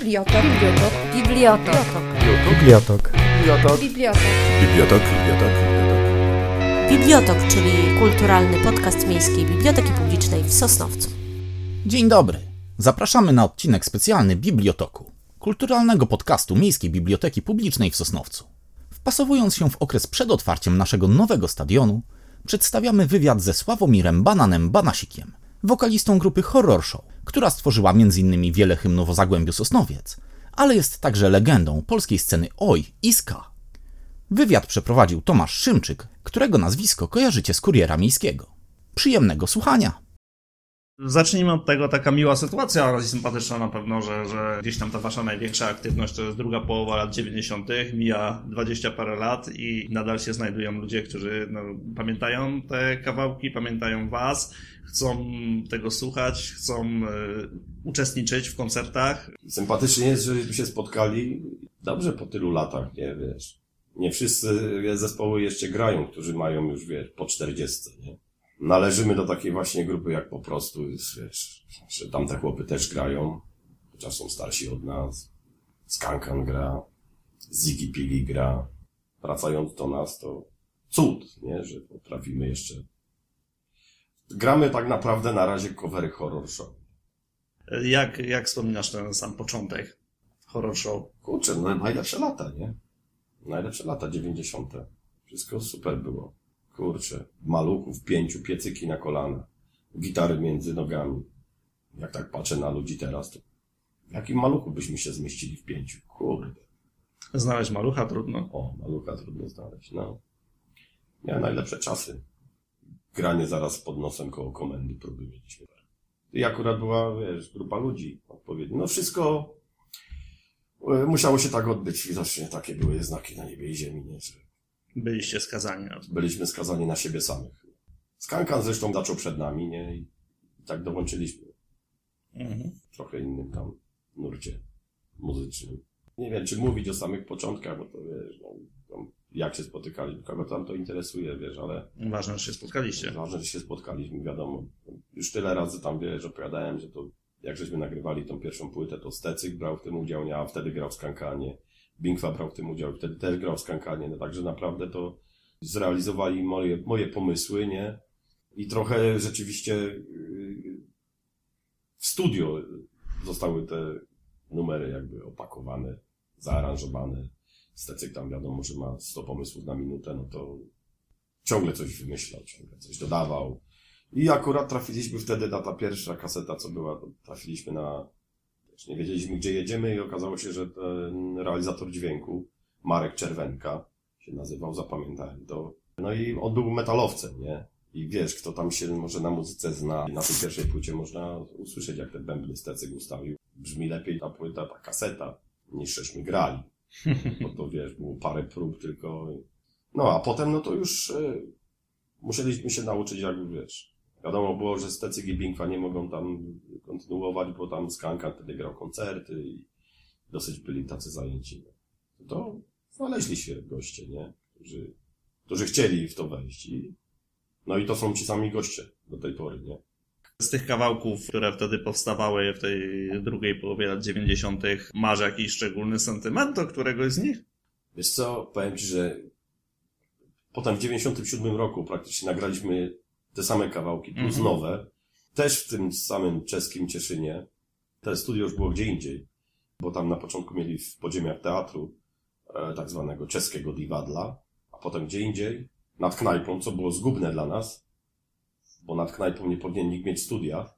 Bibliotok. Bibliotok, czyli kulturalny podcast Miejskiej Biblioteki Publicznej w Sosnowcu. Dzień dobry. Zapraszamy na odcinek specjalny Bibliotoku, kulturalnego podcastu Miejskiej Biblioteki Publicznej w Sosnowcu. Wpasowując się w okres przed otwarciem naszego nowego stadionu, przedstawiamy wywiad ze Sławomirem Bananem Banasikiem, wokalistą grupy Horror Show, która stworzyła m.in. wiele hymnów o Zagłębiu Sosnowiec, ale jest także legendą polskiej sceny oj i ska. Wywiad przeprowadził Tomasz Szymczyk, którego nazwisko kojarzycie z Kuriera Miejskiego. Przyjemnego słuchania! Zacznijmy od tego, taka miła sytuacja oraz sympatyczna na pewno, że gdzieś tam ta wasza największa aktywność to jest druga połowa lat 90., mija 20 parę lat i nadal się znajdują ludzie, którzy pamiętają te kawałki, pamiętają was, chcą tego słuchać, chcą uczestniczyć w koncertach. Sympatycznie jest, że się spotkali dobrze po tylu latach, nie wiesz. Nie wszyscy zespoły jeszcze grają, którzy mają już, wiesz, po 40, nie? Należymy do takiej właśnie grupy, jak po prostu, wiesz, że tamte chłopy też grają, chociaż są starsi od nas. Skankan gra, Ziggy Pili gra. Wracając do nas, to cud, nie, że potrafimy jeszcze. Gramy tak naprawdę na razie covery Horror Show. Jak wspominasz ten sam początek Horror Show? Kurczę, no najlepsze lata, nie? Najlepsze lata 90. Wszystko super było. Kurczę, maluchów 5, piecyki na kolana, gitary między nogami. Jak tak patrzę na ludzi teraz, to w jakim maluchu byśmy się zmieścili w 5? Kurde. Znaleźć malucha trudno. O, malucha trudno znaleźć, no. Miałem najlepsze czasy. Granie zaraz pod nosem koło komendy próby mieliśmy. I akurat była, wiesz, grupa ludzi odpowiednio. No wszystko musiało się tak odbyć. Widocznie takie były znaki na niebie i ziemi, nie? Że byliście skazani na to. Byliśmy skazani na siebie samych. Skankan zresztą zaczął przed nami, nie? I tak dołączyliśmy. Trochę innym tam nurcie muzycznym. Nie wiem, czy mówić o samych początkach, bo to wiesz, jak się spotykaliśmy, kogo tam to interesuje, wiesz, ale ważne, że się spotkaliście. Ważne, że się spotkaliśmy, wiadomo. Już tyle razy tam, wiesz, opowiadałem, że to jak żeśmy nagrywali tą pierwszą płytę, to Stecyk brał w tym udział, nie? A wtedy grał w Skankanie. Binkwa brał w tym udział, wtedy też grał w Skankanie, no także naprawdę to zrealizowali moje pomysły, nie? I trochę rzeczywiście w studio zostały te numery jakby opakowane, zaaranżowane. Stecyk tam wiadomo, że ma 100 pomysłów na minutę, no to ciągle coś wymyślał, ciągle coś dodawał. I akurat trafiliśmy wtedy na ta pierwsza kaseta, co była, trafiliśmy na... Nie wiedzieliśmy, gdzie jedziemy i okazało się, że ten realizator dźwięku, Marek Czerwenka się nazywał, zapamiętałem to. No i on był metalowcem, nie? I wiesz, kto tam się może na muzyce zna. Na tej pierwszej płycie można usłyszeć, jak ten bębny Stecyk ustawił. Brzmi lepiej ta płyta, ta kaseta, niż żeśmy grali. Bo to wiesz, było parę prób tylko. No a potem, no to już musieliśmy się nauczyć, jak wiesz. Wiadomo było, że Stecyk i Binkwa nie mogą tam kontynuować, bo tam Skankan wtedy grał koncerty i dosyć byli tacy zajęci. To znaleźli się goście, nie? Którzy chcieli w to wejść. No i to są ci sami goście do tej pory, nie? Z tych kawałków, które wtedy powstawały w tej drugiej połowie lat 90., masz jakiś szczególny sentyment do któregoś z nich? Wiesz co, powiem ci, że potem w 97 roku praktycznie nagraliśmy te same kawałki, plus nowe. Też w tym samym czeskim Cieszynie. Te studio już było gdzie indziej, bo tam na początku mieli w podziemiach teatru tak zwanego czeskiego Divadla, a potem gdzie indziej, nad knajpą, co było zgubne dla nas, bo nad knajpą nie powinien nikt mieć studia.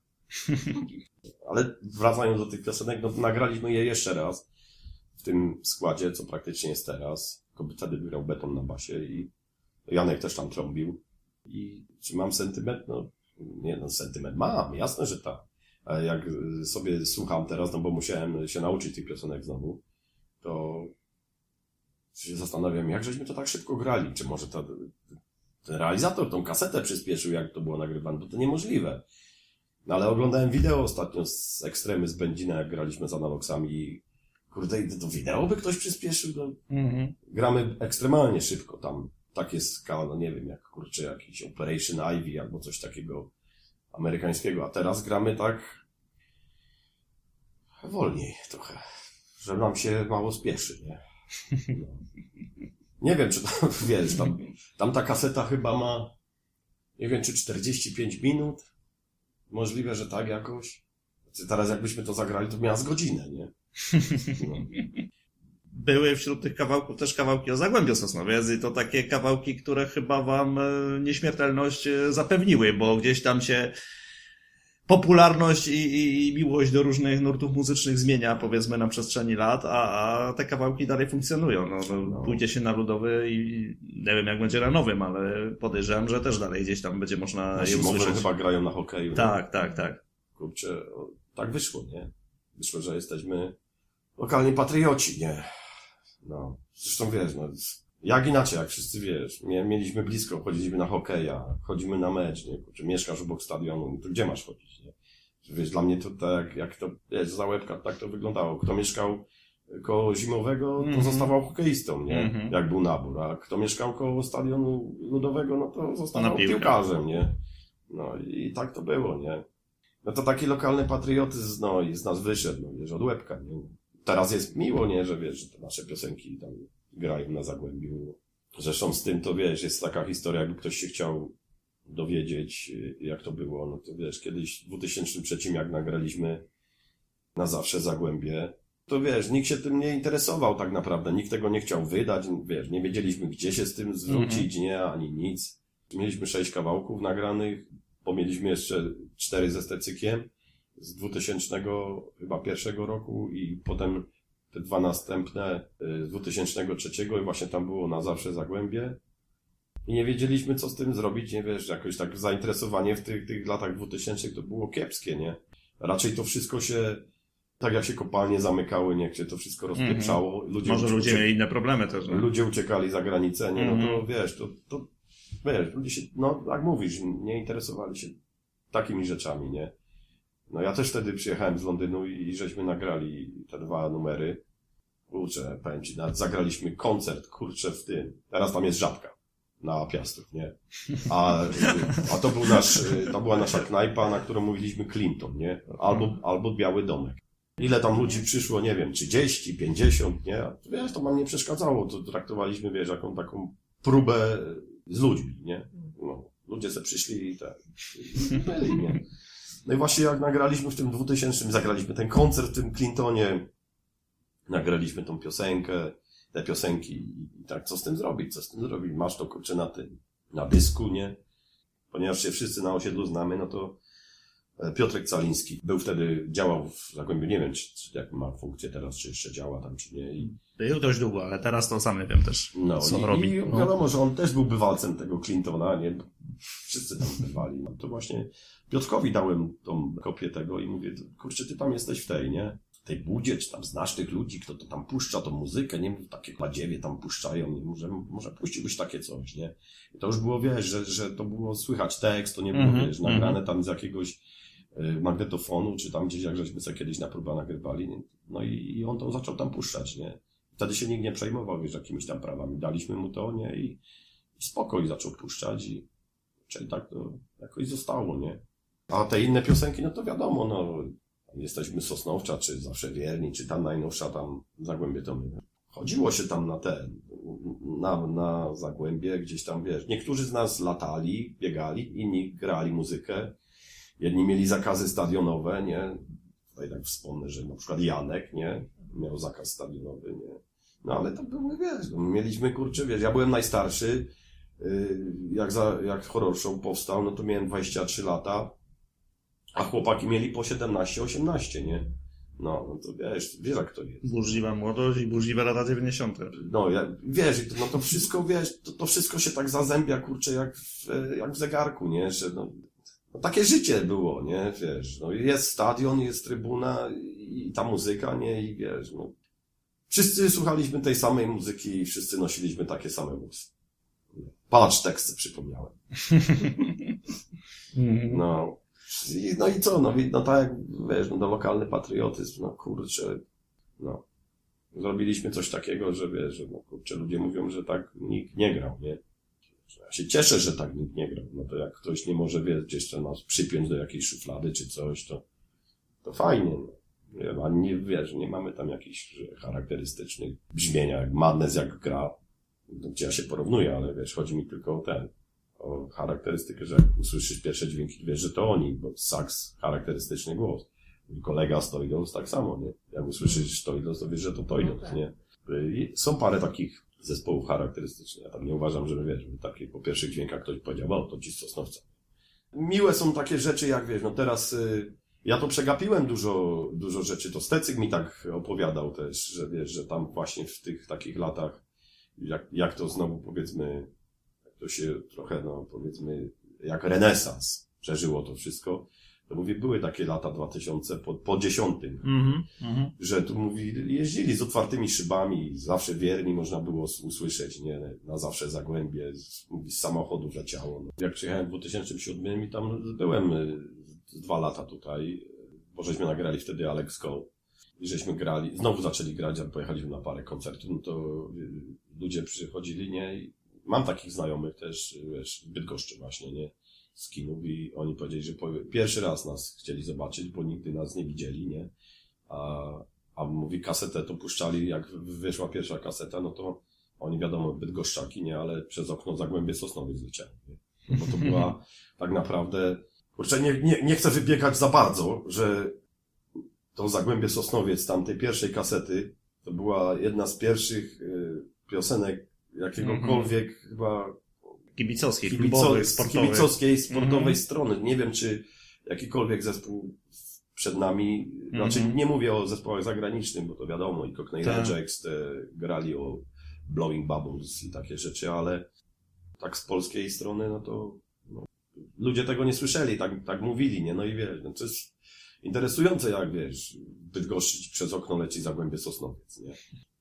Ale wracając do tych piosenek, no to nagraliśmy je jeszcze raz w tym składzie, co praktycznie jest teraz. Tylko wtedy grał Beton na basie i Janek też tam trąbił. I czy mam sentyment? No, nie, no sentyment mam, jasne, że tak. Ale jak sobie słucham teraz, no bo musiałem się nauczyć tych piosenek znowu, to się zastanawiam, jak żeśmy to tak szybko grali. Czy może ten realizator tą kasetę przyspieszył, jak to było nagrywane, bo to niemożliwe. No ale oglądałem wideo ostatnio z Ekstremy, z Będzina, jak graliśmy z Analogsami i kurde, to wideo by ktoś przyspieszył? No. Gramy ekstremalnie szybko tam. Takie skala, no nie wiem, jak kurczę, jakiś Operation Ivy albo coś takiego amerykańskiego, a teraz gramy tak wolniej trochę. że nam się mało spieszy, nie? No. Nie wiem, czy tam, wiesz, tam ta kaseta chyba ma, nie wiem, czy 45 minut. Możliwe, że tak jakoś. Teraz jakbyśmy to zagrali, to miała z godzinę, nie? No. Były wśród tych kawałków też kawałki o Zagłębiu Sosnowiec i to takie kawałki, które chyba wam nieśmiertelność zapewniły, bo gdzieś tam się popularność i miłość do różnych nurtów muzycznych zmienia, powiedzmy, na przestrzeni lat, a te kawałki dalej funkcjonują. No. Pójdzie się na ludowy i nie wiem, jak będzie na nowym, ale podejrzewam, że też dalej gdzieś tam będzie można je usłyszeć. Chyba grają na hokeju. Tak. Kurczę, tak wyszło, nie? Wyszło, że jesteśmy lokalni patrioci, nie? No, zresztą wiesz, no, jak inaczej, jak wszyscy wiesz, mieliśmy blisko, chodziliśmy na hokeja, chodzimy na mecz, nie? Kurczę, mieszkasz obok stadionu, to gdzie masz chodzić, nie? Wiesz, dla mnie to tak, jak to, wiesz, za łebka, tak to wyglądało. Kto mieszkał koło Zimowego, to zostawał hokeistą, nie? Jak był nabór, a kto mieszkał koło stadionu ludowego, no to zostawał piłkarzem, nie? No i tak to było, nie? No to taki lokalny patriotyzm, no i z nas wyszedł, no wiesz, od łebka, nie? Teraz jest miło, nie, że wiesz, że te nasze piosenki tam grają na Zagłębiu. Zresztą z tym to wiesz, jest taka historia, jakby ktoś się chciał dowiedzieć, jak to było, no to wiesz, kiedyś w 2003 jak nagraliśmy Na zawsze Zagłębie, to wiesz, nikt się tym nie interesował tak naprawdę, nikt tego nie chciał wydać, wiesz, nie wiedzieliśmy gdzie się z tym zwrócić, nie, ani nic. Mieliśmy 6 kawałków nagranych, bo mieliśmy jeszcze 4 ze Stecykiem z 2001 roku i potem te 2 następne z 2003 i właśnie tam było Na zawsze Zagłębie. I nie wiedzieliśmy, co z tym zrobić, nie wiesz, jakoś tak zainteresowanie w tych latach 2000 to było kiepskie, nie? Raczej to wszystko się, tak jak się kopalnie zamykały, niech się to wszystko rozpieprzało. Może ludzie mieli inne problemy też, nie? Ludzie uciekali za granicę, nie? No to wiesz, to wiesz, ludzie się, no jak mówisz, nie interesowali się takimi rzeczami, nie? No ja też wtedy przyjechałem z Londynu i żeśmy nagrali te 2 numery. Kurczę, powiem ci, nawet zagraliśmy koncert, kurczę, w tym. Teraz tam jest Żabka na Piastów, nie? A to była nasza knajpa, na którą mówiliśmy Clinton, nie? Albo Biały Domek. Ile tam ludzi przyszło, nie wiem, 30, 50, nie? A wiesz, to nam nie przeszkadzało, to traktowaliśmy, wiesz, jaką taką próbę z ludźmi, nie? No, ludzie se przyszli i tak, byli, nie? No i właśnie jak nagraliśmy w tym 2000, zagraliśmy ten koncert w tym Clintonie, nagraliśmy tą piosenkę, te piosenki i tak, co z tym zrobić? Masz to, kurczę, na dysku, nie? Ponieważ się wszyscy na osiedlu znamy, no to Piotrek Caliński był wtedy, działał w Zagłębiu, nie wiem, czy jak ma funkcję teraz, czy jeszcze działa tam, czy nie. Był dość długo, ale teraz to sam nie wiem też, co robi. I wiadomo, że on też był bywalcem tego Clintona, nie? Wszyscy tam bywali. No to właśnie Piotrkowi dałem tą kopię tego i mówię, kurczę, ty tam jesteś w tej, nie? W tej budzie, czy tam znasz tych ludzi, kto to tam puszcza tą muzykę, nie? Takie badziewie tam puszczają, nie? Może puściłbyś takie coś, nie? I to już było, wiesz, że to było słychać tekst, to nie było, wiesz, nagrane tam z jakiegoś magnetofonu, czy tam gdzieś, jak żeśmy sobie kiedyś na próbę nagrywali, nie? No i on to zaczął tam puszczać, nie? Wtedy się nikt nie przejmował, wiesz, jakimiś tam prawami. Daliśmy mu to, nie? I spokojnie zaczął puszczać czyli tak to jakoś zostało, nie? A te inne piosenki, no to wiadomo, no, jesteśmy Sosnowcza, czy Zawsze Wierni, czy tam najnowsza tam Zagłębie, to my. Chodziło się tam na Zagłębie, gdzieś tam, wiesz, niektórzy z nas latali, biegali, inni grali muzykę, jedni mieli zakazy stadionowe, nie? Tutaj tak wspomnę, że na przykład Janek, nie? Miał zakaz stadionowy, nie? No ale to było, wiesz, no, mieliśmy, kurczę, wiesz, ja byłem najstarszy, jak Horror Show powstał, no to miałem 23 lata, a chłopaki mieli po 17-18, nie? No to wiesz jak to jest. Burzliwa młodość i burzliwe lata 90. No, wiesz, no to wszystko, wiesz, to wszystko się tak zazębia, kurczę, jak w zegarku, nie? Że no takie życie było, nie? Wiesz, no jest stadion, jest trybuna i ta muzyka, nie? I wiesz, no wszyscy słuchaliśmy tej samej muzyki i wszyscy nosiliśmy takie same włosy. Palacz teksty przypomniałem. No i co, no tak jak, wiesz, no lokalny patriotyzm, no kurczę, no. Zrobiliśmy coś takiego, że wiesz, że no kurczę, ludzie mówią, że tak nikt nie grał, nie? Ja się cieszę, że tak nikt nie grał, no to jak ktoś nie może, wiesz, gdzieś tam nas przypiąć do jakiejś szuflady czy coś, to fajnie, no. A nie, wiesz, nie mamy tam jakichś charakterystycznych brzmienia, jak Madness jak gra, gdzie ja się porównuję, ale wiesz, chodzi mi tylko o charakterystykę, że jak usłyszysz pierwsze dźwięki, wiesz, że to oni, bo sax, charakterystyczny głos. Kolega Stoidos tak samo, nie? Jak usłyszysz Stoidos, to wiesz, że to Toidos, nie? I są parę takich zespołów charakterystycznych. Ja tam nie uważam, że wiesz, żeby takie po pierwszych dźwiękach ktoś powiedział, o, to ci z Sosnowca. Miłe są takie rzeczy, jak wiesz, no teraz ja to przegapiłem dużo rzeczy, to Stecyk mi tak opowiadał też, że wiesz, że tam właśnie w tych takich latach, jak to znowu powiedzmy, to się trochę, no powiedzmy, jak renesans przeżyło to wszystko. To mówię, były takie lata 2000 po 10, że tu mówi, jeździli z otwartymi szybami, zawsze wierni można było usłyszeć, nie, na zawsze Zagłębie, z samochodów leciało. No. Jak przyjechałem w 2007 i tam byłem 2 lata tutaj, bo żeśmy nagrali wtedy Alex Cole i żeśmy grali, znowu zaczęli grać, a pojechaliśmy na parę koncertów, no to ludzie przychodzili, nie, i mam takich znajomych też, wiesz, w Bydgoszczy właśnie, nie, z kinów i oni powiedzieli, że pierwszy raz nas chcieli zobaczyć, bo nigdy nas nie widzieli, nie? A mówi, kasetę to puszczali, jak wyszła pierwsza kaseta, no to oni wiadomo, Bydgoszczaki, nie? Ale przez okno Zagłębie Sosnowiec leciało, nie? Bo to była tak naprawdę, kurczę, nie chcę wybiegać za bardzo, że to Zagłębie Sosnowiec tamtej pierwszej kasety to była jedna z pierwszych piosenek jakiegokolwiek chyba kibicowskiej, sportowej strony. Nie wiem, czy jakikolwiek zespół przed nami, znaczy nie mówię o zespołach zagranicznych, bo to wiadomo, i Cockney Rejects grali o Blowing Bubbles i takie rzeczy, ale tak z polskiej strony, no to ludzie tego nie słyszeli, tak mówili, nie? No i wiesz, no to jest interesujące, jak wiesz, Bydgoszcz przez okno leci Zagłębie Sosnowiec, nie?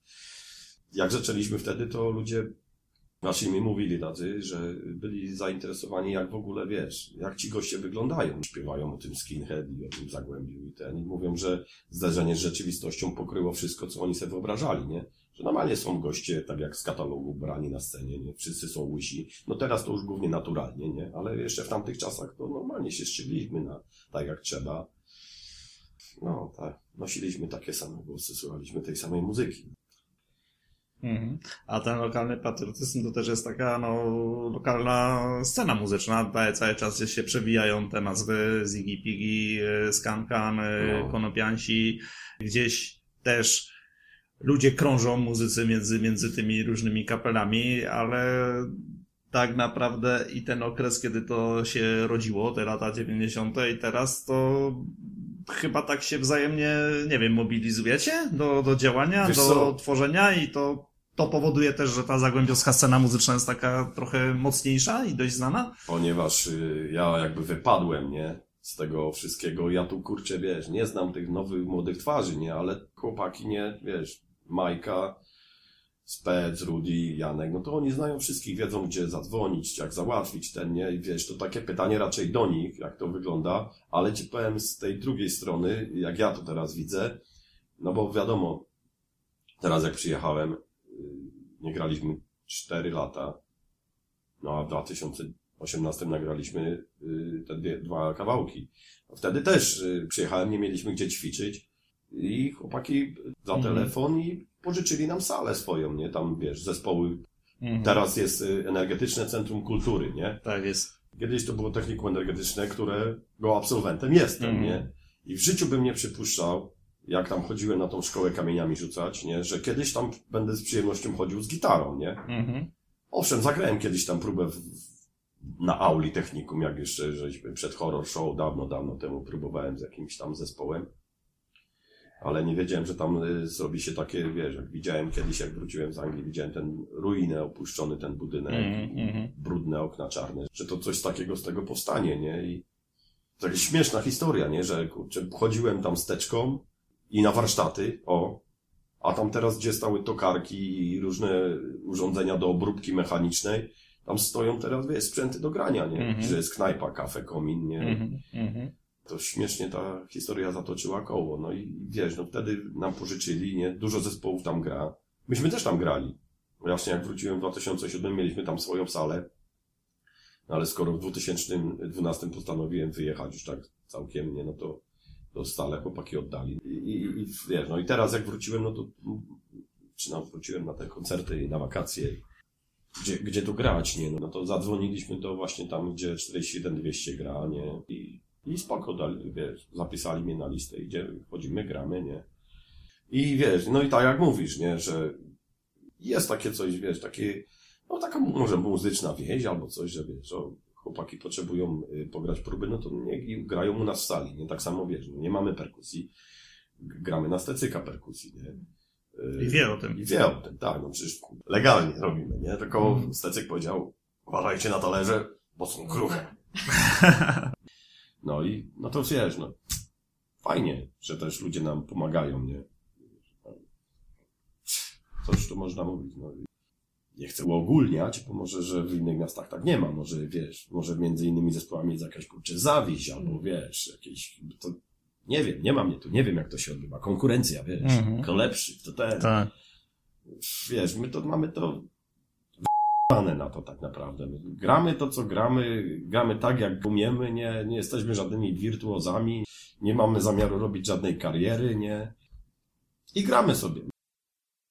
Jak zaczęliśmy wtedy, to ludzie właśnie mi mówili tacy, że byli zainteresowani, jak w ogóle, wiesz, jak ci goście wyglądają. Śpiewają o tym Skinhead i o tym Zagłębiu i mówią, że zderzenie z rzeczywistością pokryło wszystko, co oni sobie wyobrażali, nie? Że normalnie są goście, tak jak z katalogu, brani na scenie, nie? Wszyscy są łysi. No teraz to już głównie naturalnie, nie? Ale jeszcze w tamtych czasach to normalnie się szczyliliśmy tak jak trzeba. No, tak. Nosiliśmy takie same głosy, słuchaliśmy tej samej muzyki. A ten lokalny patriotyzm to też jest taka, lokalna scena muzyczna. Cały czas się przewijają te nazwy Ziggy Piggy, Skankan, Konopiansi. Gdzieś też ludzie krążą, muzycy między tymi różnymi kapelami, ale tak naprawdę i ten okres, kiedy to się rodziło, te lata 90. i teraz, to chyba tak się wzajemnie, nie wiem, mobilizujecie do działania, do tworzenia i to powoduje też, że ta zagłębiowska scena muzyczna jest taka trochę mocniejsza i dość znana? Ponieważ ja jakby wypadłem, nie? Z tego wszystkiego. Ja tu, kurczę, wiesz, nie znam tych nowych, młodych twarzy, nie? Ale chłopaki, nie? Wiesz, Majka, Spec, Rudy, Janek, no to oni znają wszystkich, wiedzą, gdzie zadzwonić, jak załatwić nie? I wiesz, to takie pytanie raczej do nich, jak to wygląda, ale ci powiem z tej drugiej strony, jak ja to teraz widzę, no bo wiadomo, teraz jak przyjechałem, nie graliśmy 4 lata, no a w 2018 nagraliśmy te 2 kawałki. A wtedy też przyjechałem, nie mieliśmy gdzie ćwiczyć i chłopaki za telefon i pożyczyli nam salę swoją, nie? Tam, wiesz, zespoły. Teraz jest Energetyczne Centrum Kultury, nie? Tak jest. Kiedyś to było technikum energetyczne, którego absolwentem jestem, nie? I w życiu bym nie przypuszczał, jak tam chodziłem na tą szkołę kamieniami rzucać, nie? Że kiedyś tam będę z przyjemnością chodził z gitarą, nie? Owszem, zagrałem kiedyś tam próbę na auli technikum, jak jeszcze żeśmy przed horror show dawno temu próbowałem z jakimś tam zespołem. Ale nie wiedziałem, że tam zrobi się takie, wiesz, jak widziałem kiedyś, jak wróciłem z Anglii, widziałem ten ruinę, opuszczony ten budynek, brudne okna czarne, że to coś takiego z tego powstanie, nie? I taka śmieszna historia, nie? Że kurczę, chodziłem tam z teczką i na warsztaty, a tam teraz, gdzie stały tokarki i różne urządzenia do obróbki mechanicznej, tam stoją teraz, wiesz, sprzęty do grania, nie? Że jest knajpa, kafe, komin, nie? To śmiesznie ta historia zatoczyła koło. No i wiesz, no wtedy nam pożyczyli, nie? Dużo zespołów tam gra. Myśmy też tam grali. Właśnie jak wróciłem w 2007, mieliśmy tam swoją salę. No ale skoro w 2012 postanowiłem wyjechać już tak całkiem, nie? No to to stale chłopaki oddali. I wiesz, no i teraz jak wróciłem, no to wróciłem na te koncerty i na wakacje, gdzie tu grać, nie? No to zadzwoniliśmy do właśnie tam, gdzie 41200 gra, nie? I spoko, wiesz, zapisali mnie na listę, gdzie chodzimy, gramy, nie? I wiesz, no i tak jak mówisz, nie? Że jest takie coś, wiesz, takie, no taka może muzyczna więź albo coś, że wiesz, o, chłopaki potrzebują pograć próby, no to niech grają u nas w sali, nie? Tak samo, wiesz, no nie mamy perkusji, gramy na Stecyka perkusji, nie? I wie o tym. I wie o tym, tak, no przecież legalnie robimy, nie? Tylko Stecyk powiedział, uważajcie na talerze, bo są kruche. No i, no to wiesz, no, fajnie, że też ludzie nam pomagają, nie? Coś tu można mówić, no. Nie chcę uogólniać, bo może, że w innych miastach tak nie ma, może, wiesz, może między innymi zespołami jest jakaś, kurczę, zawiść, albo wiesz, jakieś, to, nie wiem, nie ma mnie tu, nie wiem jak to się odbywa, konkurencja, wiesz, kto lepszy, kto ten, Tak. Wiesz, my to mamy to na to tak naprawdę. My gramy to, co gramy tak, jak umiemy, nie jesteśmy żadnymi wirtuozami, nie mamy zamiaru robić żadnej kariery, nie. I gramy sobie.